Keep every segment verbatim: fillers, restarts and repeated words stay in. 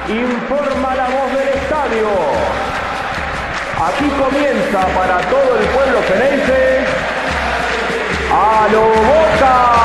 Informa la voz del estadio. Aquí comienza para todo el pueblo xenense ¡A lo Boca!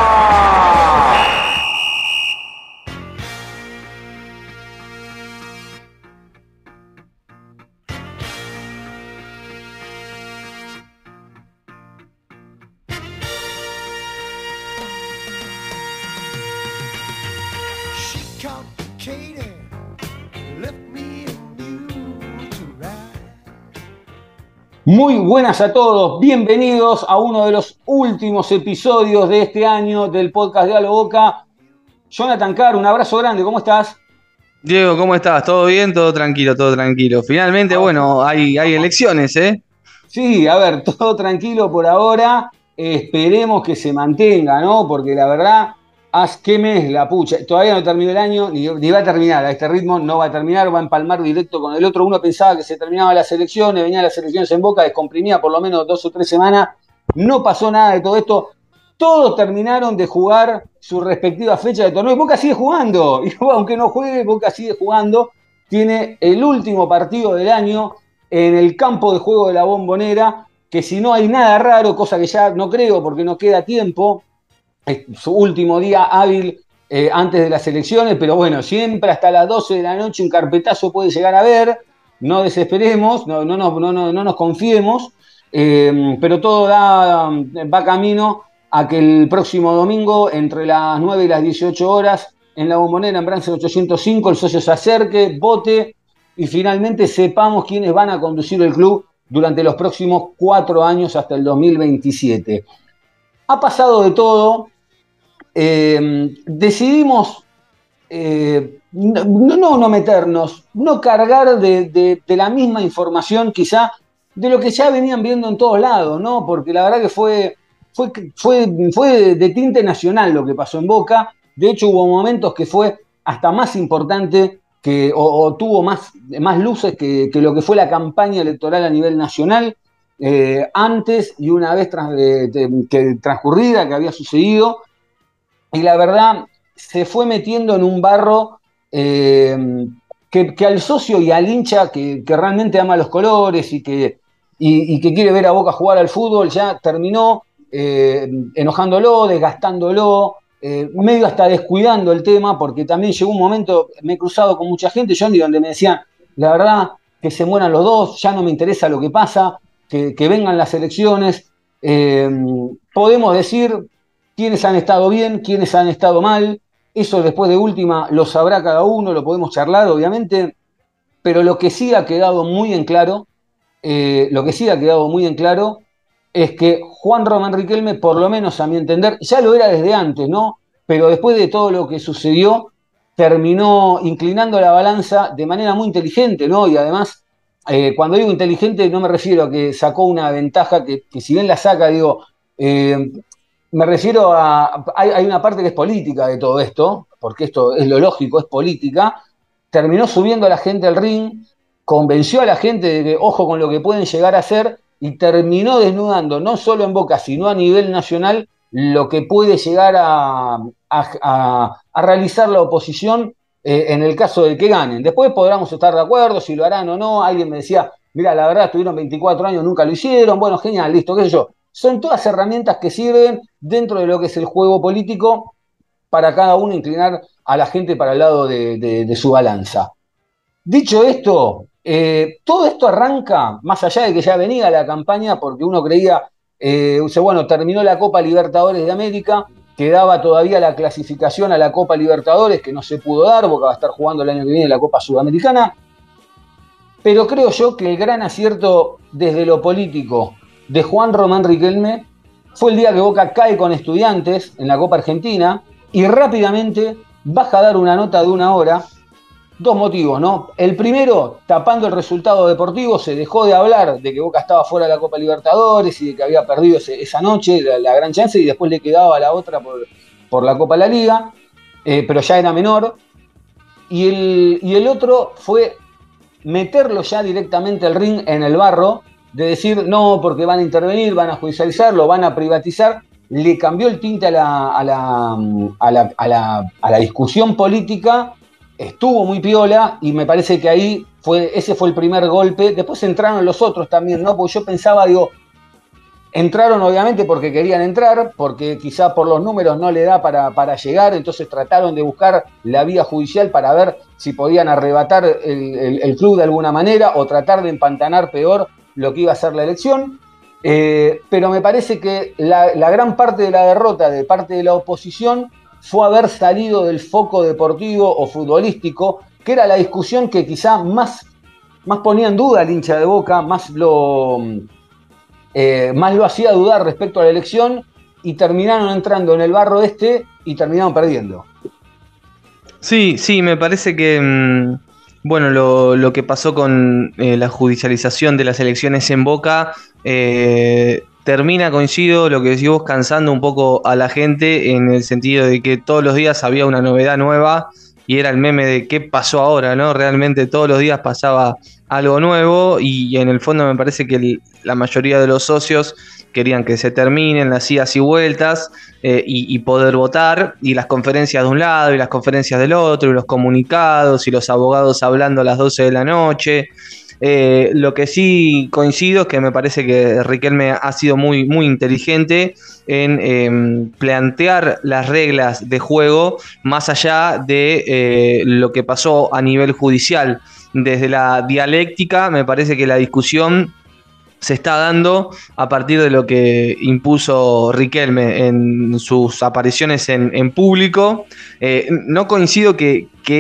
Muy buenas a todos, bienvenidos a uno de los últimos episodios de este año del podcast de A lo Boca. Jonathan Carr, un abrazo grande, ¿cómo estás? Diego, ¿cómo estás? ¿Todo bien? Todo tranquilo, todo tranquilo. Finalmente, bueno, hay, hay elecciones, ¿eh? Sí, a ver, todo tranquilo por ahora. Esperemos que se mantenga, ¿no? Porque la verdad, haz qué mes la pucha. Todavía no terminó el año, ni, ni va a terminar. A este ritmo no va a terminar, va a empalmar directo con el otro. Uno pensaba que se terminaban las elecciones, venían las elecciones en Boca, descomprimía por lo menos dos o tres semanas. No pasó nada de todo esto. Todos terminaron de jugar su respectiva fecha de torneo. Y Boca sigue jugando. Y aunque no juegue, Boca sigue jugando. Tiene el último partido del año en el campo de juego de la Bombonera, que si no hay nada raro, cosa que ya no creo porque no queda tiempo, es su último día hábil eh, antes de las elecciones, pero bueno, siempre hasta las doce de la noche un carpetazo puede llegar a ver, no desesperemos, no, no, no, no, no, no nos confiemos, eh, pero todo da, va camino a que el próximo domingo, entre las nueve y las dieciocho horas, en la Bombonera, en Bransen ochocientos cinco, el socio se acerque, vote, y finalmente sepamos quiénes van a conducir el club durante los próximos cuatro años hasta el dos mil veintisiete. Ha pasado de todo. Eh, decidimos eh, no, no, no meternos, no cargar de, de, de la misma información quizá de lo que ya venían viendo en todos lados, ¿no? Porque la verdad que fue, fue, fue, fue de tinte nacional lo que pasó en Boca. De hecho, hubo momentos que fue hasta más importante que, o, o tuvo más, más luces que, que lo que fue la campaña electoral a nivel nacional, eh, antes y una vez tras, de, de, que transcurrida, que había sucedido, y la verdad se fue metiendo en un barro eh, que, que al socio y al hincha que, que realmente ama los colores y que, y, y que quiere ver a Boca jugar al fútbol, ya terminó eh, enojándolo, desgastándolo, Eh, medio hasta descuidando el tema, porque también llegó un momento, me he cruzado con mucha gente, Johnny, donde me decían, la verdad, que se mueran los dos, ya no me interesa lo que pasa, que, que vengan las elecciones, eh, podemos decir quiénes han estado bien, quiénes han estado mal, eso después de última lo sabrá cada uno, lo podemos charlar, obviamente, pero lo que sí ha quedado muy en claro, eh, lo que sí ha quedado muy en claro, es que Juan Román Riquelme, por lo menos a mi entender, ya lo era desde antes, ¿no? Pero después de todo lo que sucedió, terminó inclinando la balanza de manera muy inteligente, ¿no? Y además, eh, cuando digo inteligente, no me refiero a que sacó una ventaja que, que si bien la saca, digo, eh, me refiero a, hay, hay una parte que es política de todo esto, porque esto es lo lógico, es política, terminó subiendo a la gente al ring, convenció a la gente de que, ojo con lo que pueden llegar a hacer, y terminó desnudando, no solo en Boca, sino a nivel nacional, lo que puede llegar a, a, a, a realizar la oposición eh, en el caso de que ganen. Después podremos estar de acuerdo si lo harán o no. Alguien me decía, mira, la verdad, tuvieron veinticuatro años, nunca lo hicieron. Bueno, genial, listo, qué sé yo. Son todas herramientas que sirven dentro de lo que es el juego político para cada uno inclinar a la gente para el lado de, de, de su balanza. Dicho esto, eh, todo esto arranca, más allá de que ya venía la campaña, porque uno creía, eh, bueno, terminó la Copa Libertadores de América, quedaba todavía la clasificación a la Copa Libertadores, que no se pudo dar, Boca va a estar jugando el año que viene la Copa Sudamericana, pero creo yo que el gran acierto desde lo político de Juan Román Riquelme fue el día que Boca cae con Estudiantes en la Copa Argentina y rápidamente baja a dar una nota de una hora. Dos motivos, ¿no? El primero, tapando el resultado deportivo, se dejó de hablar de que Boca estaba fuera de la Copa Libertadores y de que había perdido ese, esa noche la, la gran chance y después le quedaba la otra por, por la Copa de la Liga, eh, pero ya era menor. Y el, y el otro fue meterlo ya directamente al ring en el barro, de decir, no, porque van a intervenir, van a judicializarlo, van a privatizar. Le cambió el tinte a la, a la, a la, a la, a la discusión política estuvo muy piola y me parece que ahí fue, ese fue el primer golpe. Después entraron los otros también, ¿no? Porque yo pensaba, digo, entraron obviamente porque querían entrar, porque quizá por los números no le da para, para llegar, entonces trataron de buscar la vía judicial para ver si podían arrebatar el, el, el club de alguna manera o tratar de empantanar peor lo que iba a ser la elección. Eh, pero me parece que la, la gran parte de la derrota de parte de la oposición fue haber salido del foco deportivo o futbolístico, que era la discusión que quizá más, más ponía en duda al hincha de Boca, más lo... Eh, más lo hacía dudar respecto a la elección, y terminaron entrando en el barro este y terminaron perdiendo. Sí, sí, me parece que mmm, bueno, lo, lo que pasó con eh, la judicialización de las elecciones en Boca eh, termina, coincido, lo que decís vos, cansando un poco a la gente, en el sentido de que todos los días había una novedad nueva y era el meme de qué pasó ahora, ¿no? Realmente todos los días pasaba algo nuevo, y en el fondo me parece que el, la mayoría de los socios querían que se terminen las idas y vueltas eh, y, y poder votar, y las conferencias de un lado y las conferencias del otro, y los comunicados y los abogados hablando a las doce de la noche. Eh, lo que sí coincido es que me parece que Riquelme ha sido muy, muy inteligente en eh, plantear las reglas de juego más allá de eh, lo que pasó a nivel judicial. Desde la dialéctica, me parece que la discusión se está dando a partir de lo que impuso Riquelme en sus apariciones en, en público. Eh, no coincido que, que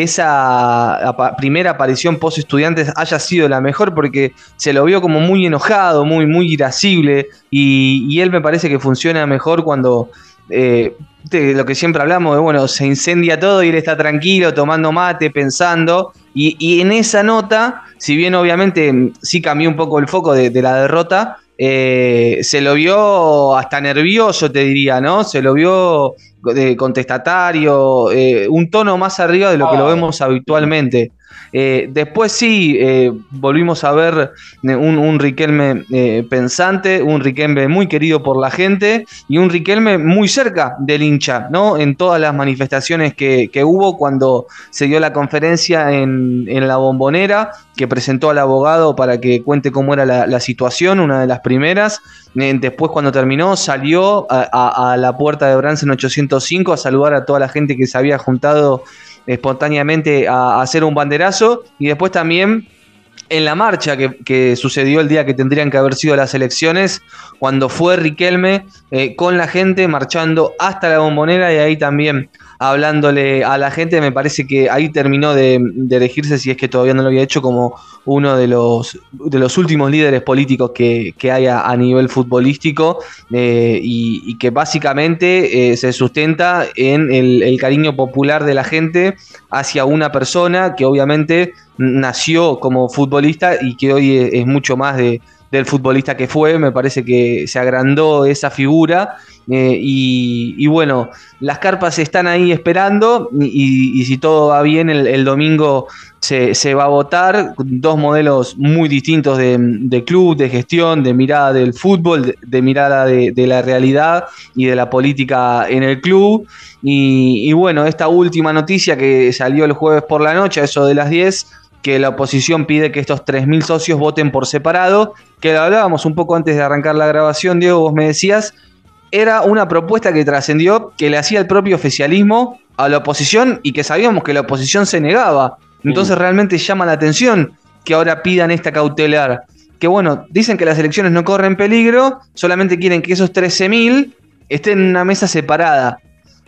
esa primera aparición post Estudiantes haya sido la mejor, porque se lo vio como muy enojado, muy, muy irascible, y, y él me parece que funciona mejor cuando... Eh, de lo que siempre hablamos, de bueno, se incendia todo y él está tranquilo, tomando mate, pensando, y, y en esa nota, si bien obviamente sí cambió un poco el foco de, de la derrota, eh, se lo vio hasta nervioso, te diría, ¿no? Se lo vio de contestatario, eh, un tono más arriba de lo que lo vemos habitualmente. Eh, después sí, eh, volvimos a ver un, un Riquelme eh, pensante, un Riquelme muy querido por la gente y un Riquelme muy cerca del hincha, ¿no? En todas las manifestaciones que, que hubo cuando se dio la conferencia en, en La Bombonera, que presentó al abogado para que cuente cómo era la, la situación, una de las primeras. Eh, después, cuando terminó, salió a, a, a la puerta de Bransen ochocientos cinco a saludar a toda la gente que se había juntado espontáneamente a, a hacer un banderazo, y después también en la marcha que, que sucedió el día que tendrían que haber sido las elecciones, cuando fue Riquelme eh, con la gente marchando hasta La Bombonera, y ahí también hablándole a la gente. Me parece que ahí terminó de, de elegirse, si es que todavía no lo había hecho, como uno de los, de los últimos líderes políticos que, que hay a, a nivel futbolístico, eh, y, y que básicamente eh, se sustenta en el, el cariño popular de la gente hacia una persona que obviamente nació como futbolista y que hoy es, es mucho más de, del futbolista que fue. Me parece que se agrandó esa figura, eh, y, y bueno, las carpas están ahí esperando, y, y si todo va bien el, el domingo se, se va a votar. Dos modelos muy distintos de, de club, de gestión, de mirada del fútbol, de, de mirada de, de la realidad y de la política en el club. Y, y bueno, esta última noticia que salió el jueves por la noche, a eso de las diez, que la oposición pide que estos tres mil socios voten por separado, que lo hablábamos un poco antes de arrancar la grabación, Diego, vos me decías, era una propuesta que trascendió, que le hacía el propio oficialismo a la oposición y que sabíamos que la oposición se negaba. Entonces mm. realmente llama la atención que ahora pidan esta cautelar. Que bueno, dicen que las elecciones no corren peligro, solamente quieren que esos trece mil estén en una mesa separada.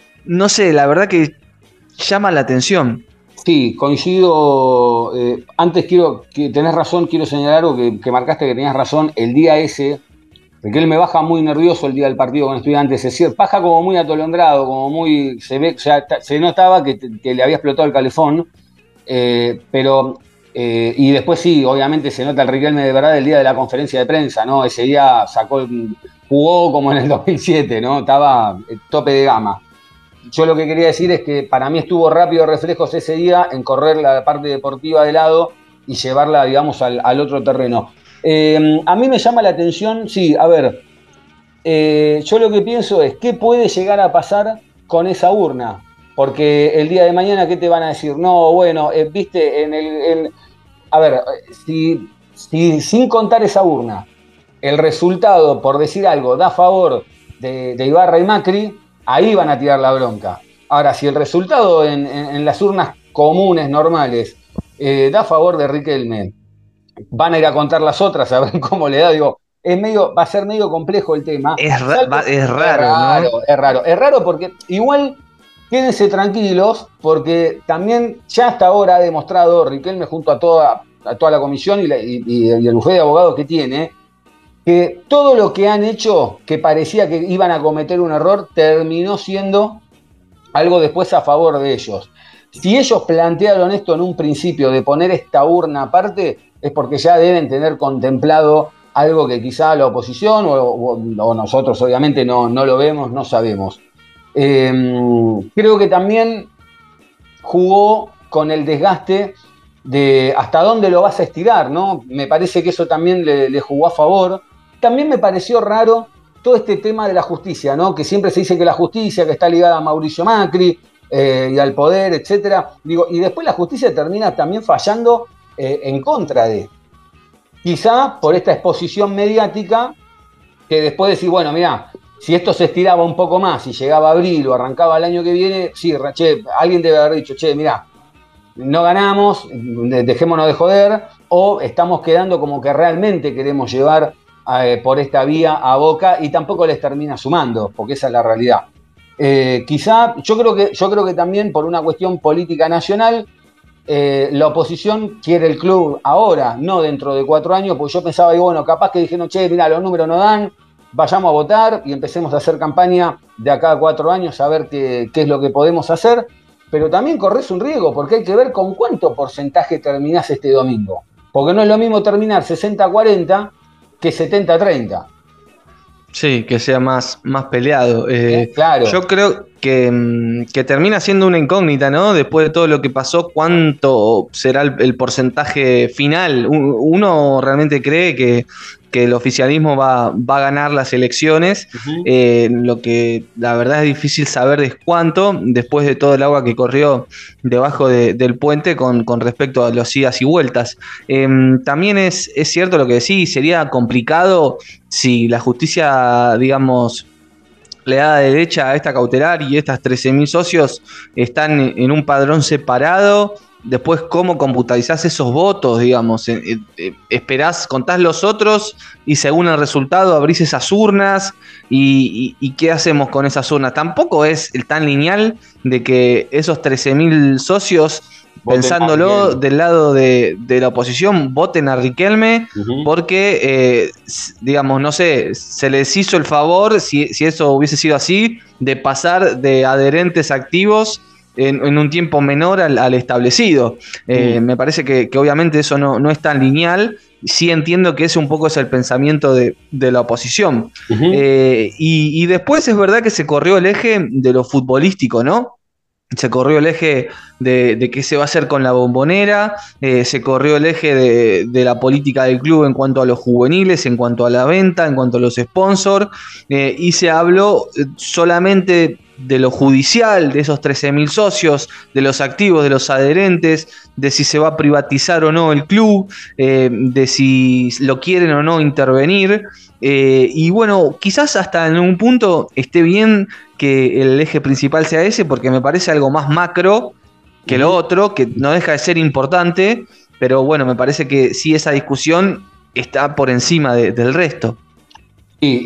No sé, la verdad que llama la atención. Sí, coincido. Eh, antes quiero, que tenés razón, quiero señalar algo que, que marcaste que tenías razón. El día ese, porque él me baja muy nervioso el día del partido con Estudiantes, es decir, baja como muy atolondrado, como muy, se ve, o sea, se notaba que, que le había explotado el calefón, eh, pero, eh, y después sí, obviamente se nota el Riquelme de verdad el día de la conferencia de prensa, ¿no? Ese día sacó, jugó como en el dos mil siete, ¿no? Estaba tope de gama. Yo lo que quería decir es que para mí estuvo rápido reflejos ese día en correr la parte deportiva de lado y llevarla, digamos, al, al otro terreno. Eh, a mí me llama la atención, sí, a ver, eh, yo lo que pienso es qué puede llegar a pasar con esa urna, porque el día de mañana, ¿qué te van a decir? No, bueno, eh, viste, en el... En, a ver, si, si sin contar esa urna, el resultado, por decir algo, da a favor de, de Ibarra y Macri, ahí van a tirar la bronca. Ahora, si el resultado en, en, en las urnas comunes, normales, eh, da a favor de Riquelme, van a ir a contar las otras a ver cómo le da, digo, es medio, va a ser medio complejo el tema. Es, ra Salvo, es raro, es raro, ¿no? Es raro, es raro porque igual quédense tranquilos, porque también ya hasta ahora ha demostrado Riquelme junto a toda, a toda la comisión y, la, y, y el bufete de abogados que tiene, que todo lo que han hecho, que parecía que iban a cometer un error, terminó siendo algo después a favor de ellos. Si ellos plantearon esto en un principio de poner esta urna aparte, es porque ya deben tener contemplado algo que quizá la oposición o, o, o nosotros obviamente no, no lo vemos, no sabemos. Eh, creo que también jugó con el desgaste de hasta dónde lo vas a estirar, ¿no? Me parece que eso también le, le jugó a favor. También me pareció raro todo este tema de la justicia, ¿no? Que siempre se dice que la justicia, que está ligada a Mauricio Macri eh, y al poder, etcétera. Digo, y después la justicia termina también fallando eh, en contra de. Quizá por esta exposición mediática, que después decir, bueno, mirá, si esto se estiraba un poco más y llegaba abril o arrancaba el año que viene, sí, che, alguien debe haber dicho, che, mirá, no ganamos, dejémonos de joder, o estamos quedando como que realmente queremos llevar eh, por esta vía a Boca y tampoco les termina sumando, porque esa es la realidad. Eh, quizá, yo creo que, yo creo que también por una cuestión política nacional, eh, la oposición quiere el club ahora, no dentro de cuatro años, porque yo pensaba, y bueno, capaz que dijeron, che, mirá, los números no dan, vayamos a votar y empecemos a hacer campaña de acá a cuatro años a ver qué, qué es lo que podemos hacer. Pero también corres un riesgo, porque hay que ver con cuánto porcentaje terminás este domingo. Porque no es lo mismo terminar sesenta a cuarenta que setenta a treinta. Sí, que sea más, más peleado. Eh, ¿Eh? Claro. Yo creo que, que termina siendo una incógnita, ¿no? Después de todo lo que pasó, ¿cuánto será el, el porcentaje final? Uno realmente cree que, que el oficialismo va, va a ganar las elecciones. Uh-huh. eh, lo que la verdad es difícil saber es cuánto, después de todo el agua que corrió debajo de, del puente con, con respecto a los idas y vueltas. Eh, también es, es cierto lo que decís, sería complicado si la justicia, digamos, le da derecha a esta cautelar y estas trece mil socios están en un padrón separado. Después, ¿cómo computarizás esos votos? Digamos, eh, eh, esperás, contás los otros y según el resultado abrís esas urnas y, y, y ¿qué hacemos con esas urnas? Tampoco es el tan lineal de que esos trece mil socios, voten, pensándolo del lado de, de la oposición, voten a Riquelme, uh-huh. porque, eh, digamos, no sé, se les hizo el favor, si, si eso hubiese sido así, de pasar de adherentes activos En, en un tiempo menor al, al establecido. Eh, mm. Me parece que, que obviamente eso no, no es tan lineal. Sí entiendo que ese un poco es el pensamiento de, de la oposición. Uh-huh. eh, y, y después es verdad que se corrió el eje de lo futbolístico, ¿no? Se corrió el eje de, de qué se va a hacer con la Bombonera, eh, se corrió el eje de, de la política del club en cuanto a los juveniles, en cuanto a la venta, en cuanto a los sponsors, eh, y se habló solamente de lo judicial, de esos trece mil socios, de los activos, de los adherentes, de si se va a privatizar o no el club, eh, de si lo quieren o no intervenir. Eh, y bueno, quizás hasta en un punto esté bien que el eje principal sea ese, porque me parece algo más macro que lo otro, que no deja de ser importante, pero bueno, me parece que sí esa discusión está por encima de, del resto. Sí,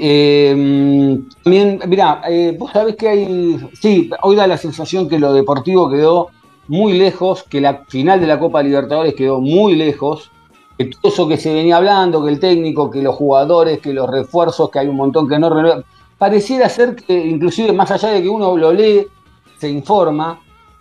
eh, también, mirá, eh, vos sabés que hay, sí, hoy da la sensación que lo deportivo quedó muy lejos, que la final de la Copa Libertadores quedó muy lejos, que todo eso que se venía hablando, que el técnico, que los jugadores, que los refuerzos, que hay un montón que no renuevan, pareciera ser que inclusive más allá de que uno lo lee, se informa,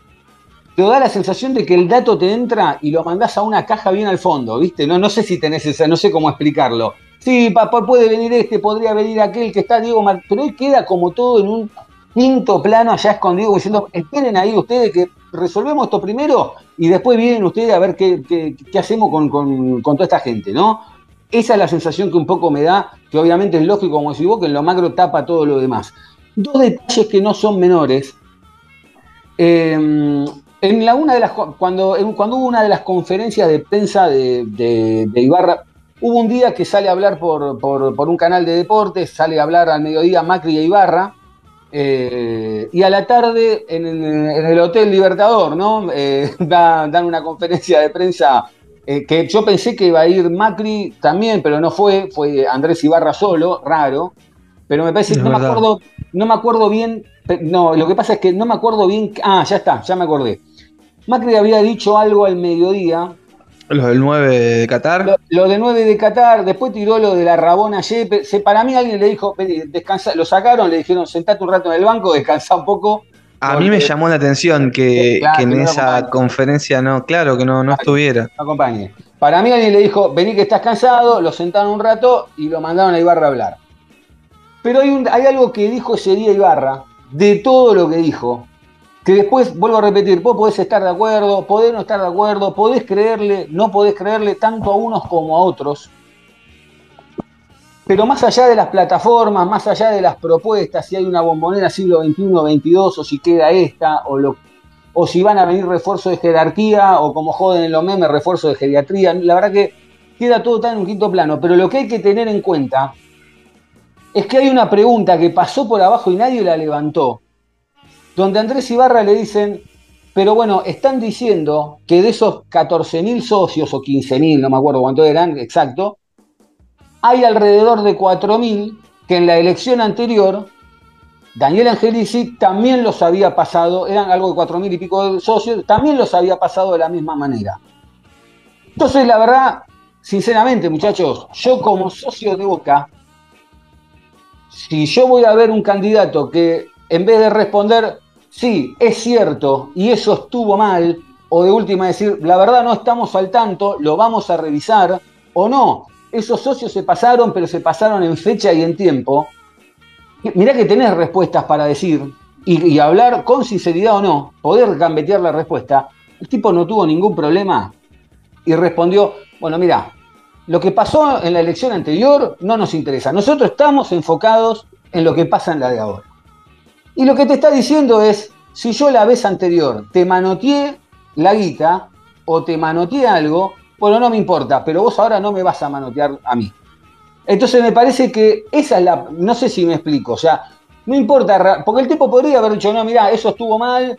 te da la sensación de que el dato te entra y lo mandás a una caja bien al fondo, ¿viste? No, no sé si tenés esa, no sé cómo explicarlo. Sí, papá, puede venir este, podría venir aquel que está Diego Martínez, pero hoy queda como todo en un quinto plano allá escondido, diciendo, esperen ahí ustedes que resolvemos esto primero y después vienen ustedes a ver qué, qué, qué hacemos con, con, con toda esta gente, ¿no? Esa es la sensación que un poco me da, que obviamente es lógico, como decís vos, que en lo macro tapa todo lo demás. Dos detalles que no son menores, Eh, en la una de las cuando, en, cuando hubo una de las conferencias de prensa de, de, de Ibarra, hubo un día que sale a hablar por, por, por un canal de deportes, sale a hablar al mediodía Macri e Ibarra, eh, y a la tarde en, en el Hotel Libertador, ¿no? Eh, da, dan una conferencia de prensa eh, que yo pensé que iba a ir Macri también, pero no fue, fue Andrés Ibarra solo, raro. Pero me parece Es que no me verdad. acuerdo, no me acuerdo bien. No, lo que pasa es que no me acuerdo bien. Ah, ya está, ya me acordé. Macri había dicho algo al mediodía, Los del nueve de lo, Qatar. lo de nueve de Qatar, después tiró lo de la Rabona Yepe. Se, para mí alguien le dijo, "Vení, descansa", lo sacaron, le dijeron, sentate un rato en el banco, descansa un poco, A mí me porque, llamó la atención eh, que, que claro, en que no lo esa acompañe. conferencia no, claro que no, no Claro, estuviera. no acompañe. Para mí alguien le dijo, vení que estás cansado, lo sentaron un rato y lo mandaron a Ibarra a hablar. Pero hay, un, hay algo que dijo ese día Ibarra, de todo lo que dijo, que después, vuelvo a repetir, vos podés estar de acuerdo, podés no estar de acuerdo, podés creerle, no podés creerle tanto a unos como a otros, pero más allá de las plataformas, más allá de las propuestas, si hay una bombonera siglo veintiuno, veintidós, o si queda esta, o, lo, o si van a venir refuerzos de jerarquía, o como joden en los memes, refuerzos de geriatría, la verdad que queda todo tan en un quinto plano, pero lo que hay que tener en cuenta es que hay una pregunta que pasó por abajo y nadie la levantó, donde a Andrés Ibarra le dicen, pero bueno, están diciendo que de esos catorce mil socios o quince mil, no me acuerdo cuánto eran, exacto, hay alrededor de cuatro mil que en la elección anterior Daniel Angelici también los había pasado, eran algo de cuatro mil y pico de socios, también los había pasado de la misma manera. Entonces, la verdad, sinceramente, muchachos, yo como socio de Boca, si yo voy a ver un candidato que en vez de responder, sí, es cierto, y eso estuvo mal, o de última decir, la verdad no estamos al tanto, lo vamos a revisar, o no, esos socios se pasaron, pero se pasaron en fecha y en tiempo, mirá que tenés respuestas para decir, y, y hablar con sinceridad o no, poder gambetear la respuesta, el tipo no tuvo ningún problema y respondió, bueno, mirá, lo que pasó en la elección anterior no nos interesa. Nosotros estamos enfocados en lo que pasa en la de ahora. Y lo que te está diciendo es, si yo la vez anterior te manoteé la guita o te manoteé algo, bueno, no me importa, pero vos ahora no me vas a manotear a mí. Entonces me parece que esa es la... No sé si me explico, o sea, no importa, porque el tipo podría haber dicho, no, mirá, eso estuvo mal,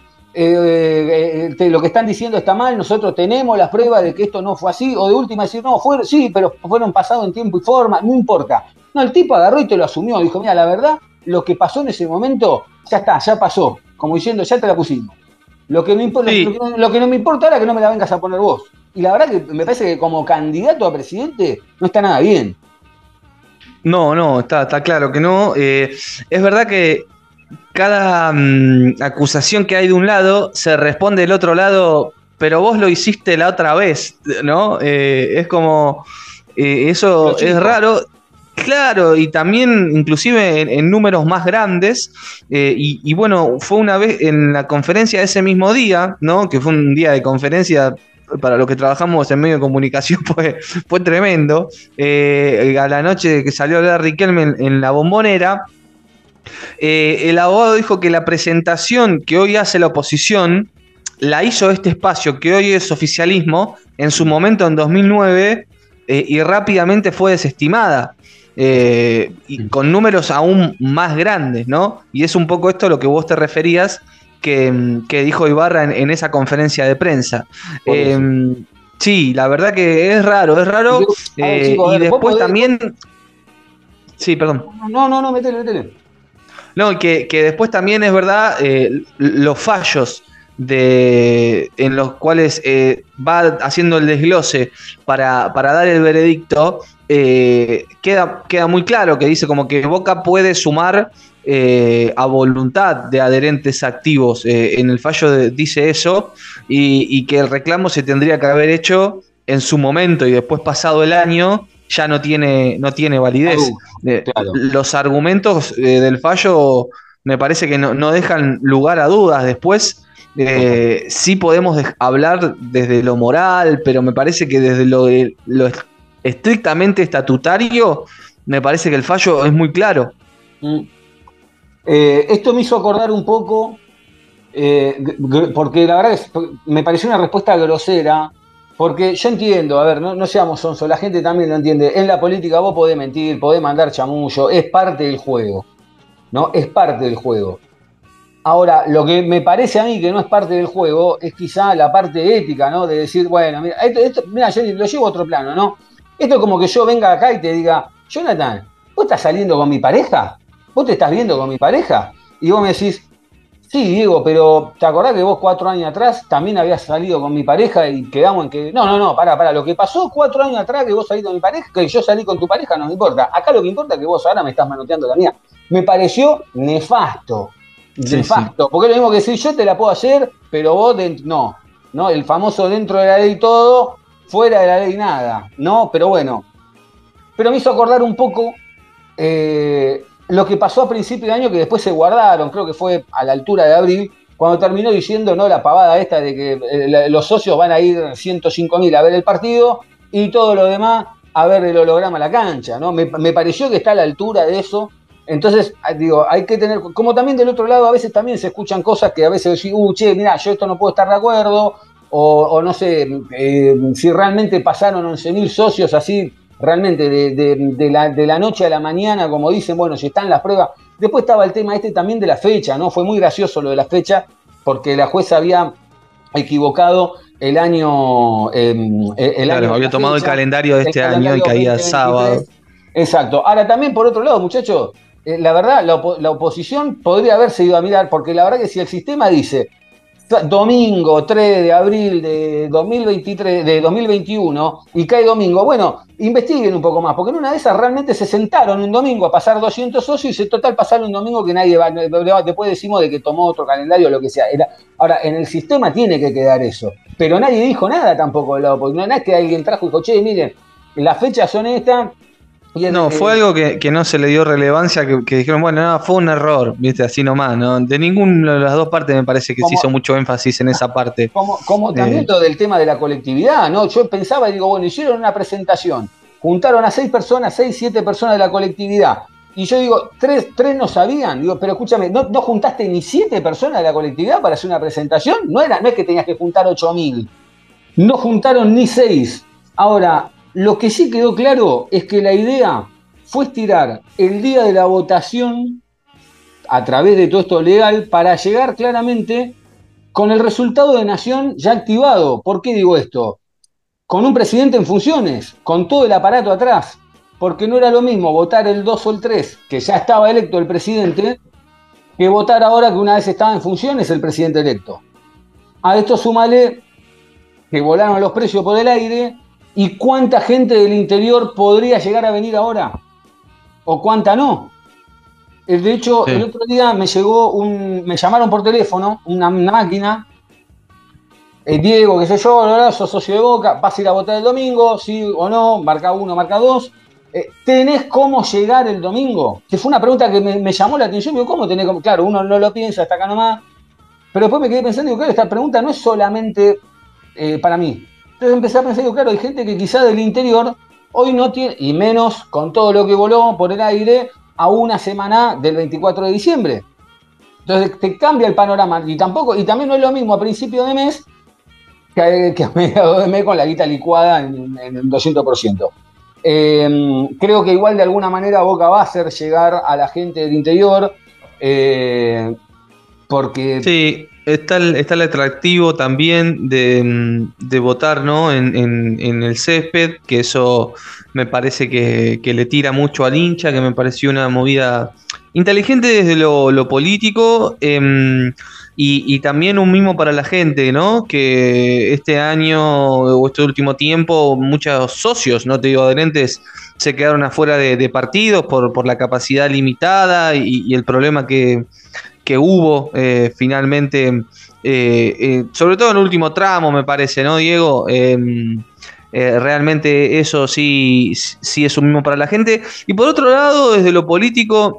Eh, eh, lo que están diciendo está mal, nosotros tenemos las pruebas de que esto no fue así, o de última decir, no, fue, sí, pero fueron pasados en tiempo y forma, no importa. No, el tipo agarró y te lo asumió, dijo, mira, la verdad, lo que pasó en ese momento, ya está, ya pasó, como diciendo, ya te la pusimos. Lo que, no lo, Sí, lo, que no, lo que no me importa ahora es que no me la vengas a poner vos. Y la verdad que me parece que como candidato a presidente no está nada bien. no, no, está, está claro que no. Eh, es verdad que cada mm, acusación que hay de un lado se responde del otro lado, pero vos lo hiciste la otra vez, ¿no? Eh, es como, eh, Pero eso es chico, raro. Claro, y también inclusive en, en números más grandes, eh, y, y bueno, fue una vez en la conferencia de ese mismo día, ¿no? Que fue un día de conferencia para los que trabajamos en medio de comunicación, fue, fue tremendo. Eh, a la noche que salió a hablar Riquelme en, en la Bombonera, eh, el abogado dijo que la presentación que hoy hace la oposición la hizo este espacio que hoy es oficialismo en su momento en dos mil nueve, eh, y rápidamente fue desestimada, eh, y con números aún más grandes, ¿no? Y es un poco esto a lo que vos te referías que, que dijo Ibarra en, en esa conferencia de prensa. por Eh, eso. sí, la verdad que es raro, es Y raro. yo, a ver, Eh, chicos, a y ver, vos después podés... Vos, también, sí, perdón. no, no, no, metele, metele. No, que, que después también es verdad, eh, los fallos de, en los cuales eh, va haciendo el desglose para, para dar el veredicto, eh, queda, queda muy claro que dice como que Boca puede sumar eh, a voluntad de adherentes activos. Eh, en el fallo de, dice eso, y, y que el reclamo se tendría que haber hecho en su momento y después pasado el año ya no tiene, no tiene validez. Algo, Eh, claro. los argumentos eh, del fallo me parece que no, no dejan lugar a dudas. Después eh, sí podemos de- hablar desde lo moral, pero me parece que desde lo, de- lo est- estrictamente estatutario, me parece que el fallo es muy claro. Mm. Eh, esto me hizo acordar un poco eh, porque la verdad es, me pareció una respuesta grosera, porque yo entiendo, a ver, no, no seamos sonsos, la gente también lo entiende, en la política vos podés mentir, podés mandar chamullo, es parte del juego, ¿no? Es parte del juego. Ahora, lo que me parece a mí que no es parte del juego es quizá la parte ética, ¿no? De decir, bueno, mira, esto, esto, mira, yo lo llevo a otro plano, ¿no? Esto es como que yo venga acá y te diga, Jonathan, ¿vos estás saliendo con mi pareja? ¿Vos te estás viendo con mi pareja? Y vos me decís, sí, Diego, pero ¿te acordás que vos cuatro años atrás también habías salido con mi pareja y quedamos en que... No, no, no, pará, pará, lo que pasó cuatro años atrás que vos saliste con mi pareja, que yo salí con tu pareja, no me importa. Acá lo que importa es que vos ahora me estás manoteando la mía. Me pareció nefasto. Sí, Nefasto, sí. porque es lo mismo que decir, yo te la puedo hacer, pero vos dentro, no, no, el famoso dentro de la ley todo, fuera de la ley nada, ¿no? Pero bueno, pero me hizo acordar un poco eh, lo que pasó a principio de año, que después se guardaron, creo que fue a la altura de abril, cuando terminó diciendo, ¿no? La pavada esta de que eh, los socios van a ir ciento cinco mil a ver el partido y todo lo demás a ver el holograma a la cancha, ¿no? Me, me pareció que está a la altura de eso. Entonces, digo, hay que tener, como también del otro lado a veces también se escuchan cosas que a veces decís, uh, che, mirá, yo esto no puedo estar de acuerdo, o, o no sé, eh, si realmente pasaron once mil socios así, realmente de, de, de, la, de la noche a la mañana, como dicen, bueno, si están las pruebas. Después estaba el tema este también de la fecha, ¿no? Fue muy gracioso lo de la fecha, porque la jueza había equivocado el año... Eh, el Claro, año había tomado el calendario de el este año y calendario caía veinte veintitrés. sábado. Exacto. Ahora también, por otro lado, muchachos, eh, la verdad, la, op la oposición podría haberse ido a mirar, porque la verdad que si el sistema dice domingo tres de abril de dos mil veintitrés, de dos mil veintiuno, y cae domingo, bueno, investiguen un poco más, porque en una de esas realmente se sentaron un domingo a pasar doscientos socios y se total pasaron un domingo que nadie va, después decimos de que tomó otro calendario o lo que sea. Era, ahora, en el sistema tiene que quedar eso, pero nadie dijo nada tampoco, porque no es que alguien trajo y dijo, che, miren, las fechas son estas. Y el, No, eh, fue algo que, que no se le dio relevancia, que, que dijeron, bueno, no, fue un error, viste, así nomás, ¿no? De ninguna de las dos partes me parece que se como, hizo mucho énfasis en esa parte. Como, como también Eh, lo del tema de la colectividad, ¿no? Yo pensaba y digo, bueno, hicieron una presentación, juntaron a seis personas, seis, siete personas de la colectividad. Y yo digo, tres, tres no sabían. Digo, pero escúchame, ¿no, ¿no juntaste ni siete personas de la colectividad para hacer una presentación? No, era, no es que tenías que juntar ocho mil. No juntaron ni seis. Ahora, lo que sí quedó claro es que la idea fue estirar el día de la votación a través de todo esto legal para llegar claramente con el resultado de Nación ya activado. ¿Por qué digo esto? Con un presidente en funciones, con todo el aparato atrás, porque no era lo mismo votar el dos o el tres, que ya estaba electo el presidente, que votar ahora que una vez estaba en funciones el presidente electo. A esto súmale que volaron los precios por el aire y cuánta gente del interior podría llegar a venir ahora, o cuánta no. De hecho, sí. El otro día me llegó un, me llamaron por teléfono, una, una máquina, eh, Diego, qué sé yo, sos socio de Boca, vas a ir a votar el domingo, sí o no, marca uno, marca dos. Eh, ¿Tenés cómo llegar el domingo? Que fue una pregunta que me, me llamó la atención, digo, ¿cómo tenés cómo? Claro, uno no lo piensa, está acá nomás, pero después me quedé pensando, digo, claro, esta pregunta no es solamente eh, para mí. Entonces empecé a pensar, digo, claro, hay gente que quizá del interior hoy no tiene, y menos con todo lo que voló por el aire, a una semana del veinticuatro de diciembre. Entonces te cambia el panorama. Y tampoco, y también no es lo mismo a principio de mes que a, que a mediados de mes con la guita licuada en, en doscientos por ciento. Eh, creo que igual de alguna manera Boca va a hacer llegar a la gente del interior, eh, porque... Sí, está el, está el atractivo también de, de votar, ¿no? en, en, en el césped, que eso me parece que, que le tira mucho al hincha, que me pareció una movida inteligente desde lo, lo político, eh, y, y también un mimo para la gente, ¿no? Que este año o este último tiempo muchos socios, no te digo adherentes, se quedaron afuera de, de partidos por, por la capacidad limitada y, y el problema que, que hubo eh, finalmente, eh, eh, sobre todo en el último tramo, me parece, ¿no, Diego? Eh, Eh, realmente eso sí, sí es un mimo para la gente. Y por otro lado, desde lo político,